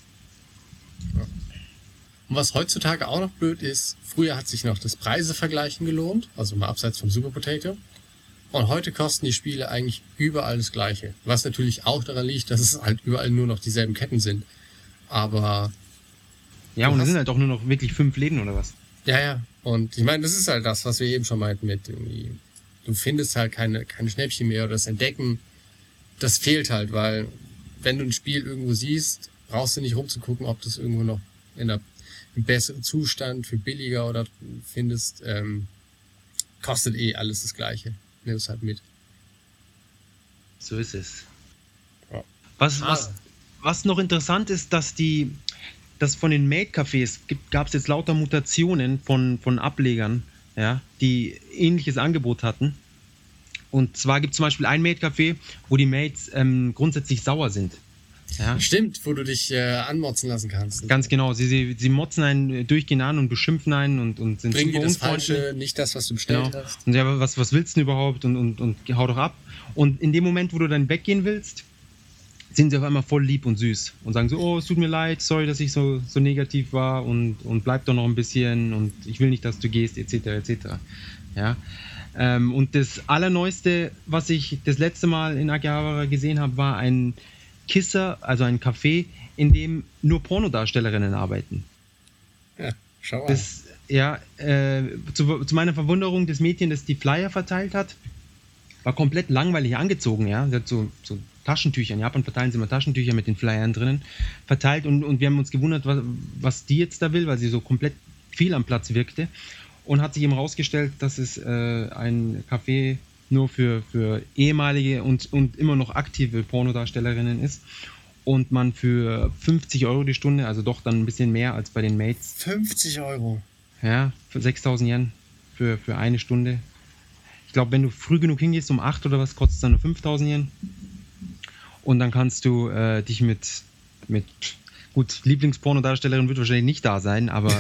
Und was heutzutage auch noch blöd ist, früher hat sich noch das Preisevergleichen gelohnt, also mal abseits vom Super Potato. Und heute kosten die Spiele eigentlich überall das Gleiche. Was natürlich auch daran liegt, dass es halt überall nur noch dieselben Ketten sind. Aber Ja, Du und es hast- sind halt auch nur noch wirklich 5 Läden oder was? ja. Und ich meine, das ist halt das, was wir eben schon meinten mit irgendwie, du findest halt keine Schnäppchen mehr oder das Entdecken, das fehlt halt, weil wenn du ein Spiel irgendwo siehst, brauchst du nicht rumzugucken, ob du es irgendwo noch in einem besseren Zustand für billiger oder findest, kostet alles das Gleiche. Nimm es halt mit. So ist es. Ja. Was noch interessant ist, dass von den Maid-Cafés gab es jetzt lauter Mutationen von Ablegern. ja, die ähnliches Angebot hatten. Und zwar gibt es zum Beispiel ein Mate-Café, wo die Mates grundsätzlich sauer sind. Ja. Stimmt, wo du dich anmotzen lassen kannst. Ganz genau. Sie motzen einen durchgehend an und beschimpfen einen und sind Bringen super dir das unfreundlich. Falsche, nicht das, was du bestellt hast. Und ja, was willst du denn überhaupt? Und hau doch ab. Und in dem Moment, wo du dann weggehen willst, sind sie auf einmal voll lieb und süß und sagen so, oh, es tut mir leid, sorry, dass ich so negativ war und bleib doch noch ein bisschen und ich will nicht, dass du gehst, etc., etc. Ja. Und das Allerneueste, was ich das letzte Mal in Akihabara gesehen habe, war ein Kisser, also ein Café, in dem nur Pornodarstellerinnen arbeiten. Ja, schau an. Das, ja, zu meiner Verwunderung, das Mädchen, das die Flyer verteilt hat, war komplett langweilig angezogen. Ja? Sie hat so Taschentücher, in Japan verteilen sie immer Taschentücher mit den Flyern drinnen, verteilt und wir haben uns gewundert, was die jetzt da will, weil sie so komplett fehl am Platz wirkte und hat sich eben herausgestellt, dass es ein Café nur für ehemalige und immer noch aktive Pornodarstellerinnen ist und man für 50 Euro die Stunde, also doch dann ein bisschen mehr als bei den Mates. 50 Euro? Ja, für 6.000 Yen für eine Stunde. Ich glaube, wenn du früh genug hingehst, um 8 oder was, kostet es dann nur 5.000 Yen. Und dann kannst du dich mit gut, Lieblingspornodarstellerin wird wahrscheinlich nicht da sein, aber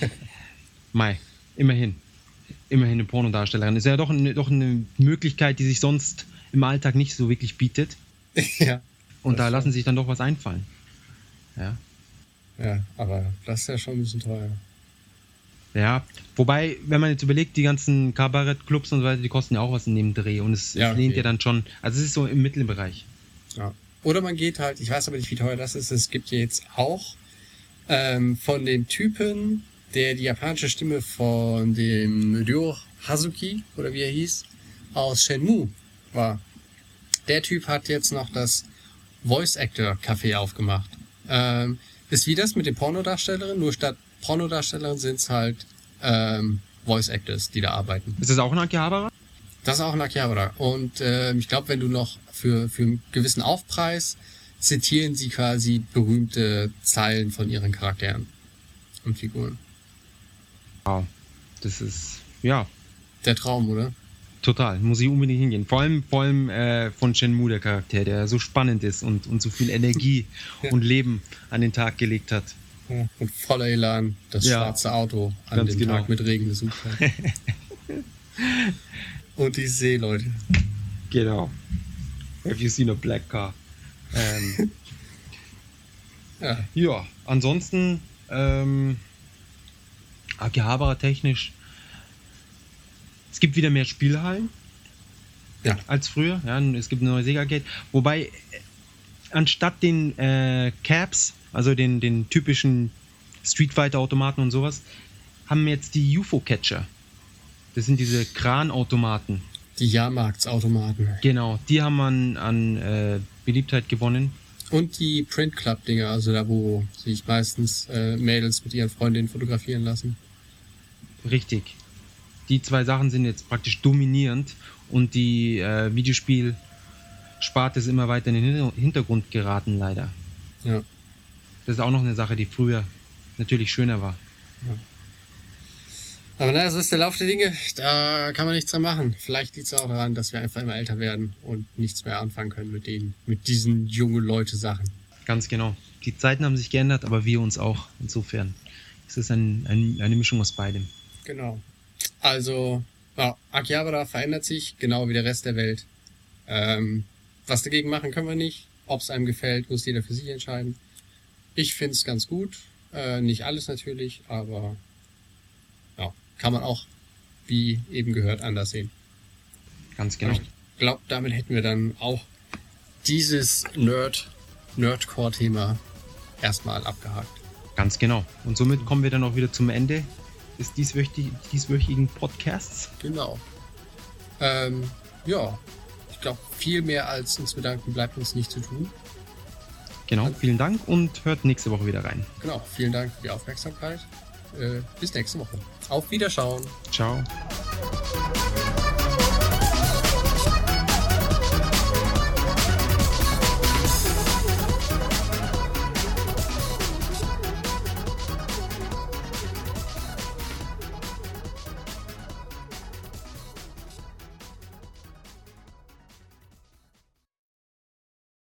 immerhin eine Pornodarstellerin. Ist ja doch eine Möglichkeit, die sich sonst im Alltag nicht so wirklich bietet. Ja. Und da lassen sich dann doch was einfallen. Ja. Ja, aber das ist ja schon ein bisschen teuer. Ja, wobei, wenn man jetzt überlegt, die ganzen Kabarettclubs und so weiter, die kosten ja auch was in dem Dreh und es lehnt ja dann schon, also es ist so im Mittelbereich. Ja. Oder man geht halt, ich weiß aber nicht, wie teuer das ist, es gibt ja jetzt auch von dem Typen, der die japanische Stimme von dem Ryo Hazuki, oder wie er hieß, aus Shenmue war. Der Typ hat jetzt noch das Voice Actor Café aufgemacht. Ist wie das mit den Pornodarstellerinnen, nur statt Pornodarstellerinnen sind es halt Voice Actors, die da arbeiten. Ist das auch in Akihabara? Das ist auch in Akihabara. Und ich glaube, wenn du noch für einen gewissen Aufpreis zitieren sie quasi berühmte Zeilen von ihren Charakteren und Figuren. Wow, das ist, ja. Der Traum, oder? Total, muss ich unbedingt hingehen. Vor allem von Shenmue, der Charakter, der so spannend ist und so viel Energie und Leben an den Tag gelegt hat. Ja, und voller Elan, das schwarze Auto an dem Tag mit Regen besucht hat. Und die Seeleute. Genau. Have you seen a black car? Ja, ansonsten Akihabara technisch. Es gibt wieder mehr Spielhallen als früher. Ja, es gibt eine neue Sega Arcade. Wobei anstatt den Cabs, also den typischen Street Fighter Automaten und sowas, haben wir jetzt die UFO-Catcher. Das sind diese Kranautomaten. Die Jahrmarktsautomaten. Genau, die haben an Beliebtheit gewonnen. Und die Print Club Dinger, also da, wo sich meistens Mädels mit ihren Freundinnen fotografieren lassen. Richtig. Die zwei Sachen sind jetzt praktisch dominierend und die Videospielsparte ist immer weiter in den Hintergrund geraten, leider. Ja. Das ist auch noch eine Sache, die früher natürlich schöner war. Ja. Aber naja, so ist der Lauf der Dinge. Da kann man nichts dran machen. Vielleicht liegt es auch daran, dass wir einfach immer älter werden und nichts mehr anfangen können mit diesen jungen Leute-Sachen. Ganz genau. Die Zeiten haben sich geändert, aber wir uns auch. Insofern ist es eine Mischung aus beidem. Genau. Also, Akihabara verändert sich, genau wie der Rest der Welt. Was dagegen machen können wir nicht. Ob es einem gefällt, muss jeder für sich entscheiden. Ich finde es ganz gut. Nicht alles natürlich, aber kann man auch, wie eben gehört, anders sehen. Ganz genau. Ich glaube, damit hätten wir dann auch dieses Nerdcore-Thema erstmal abgehakt. Ganz genau. Und somit kommen wir dann auch wieder zum Ende des dieswöchigen Podcasts. Genau. Ich glaube, viel mehr als uns bedanken bleibt uns nicht zu tun. Genau, vielen Dank und hört nächste Woche wieder rein. Genau, vielen Dank für die Aufmerksamkeit. Bis nächste Woche. Auf Wiederschauen. Ciao.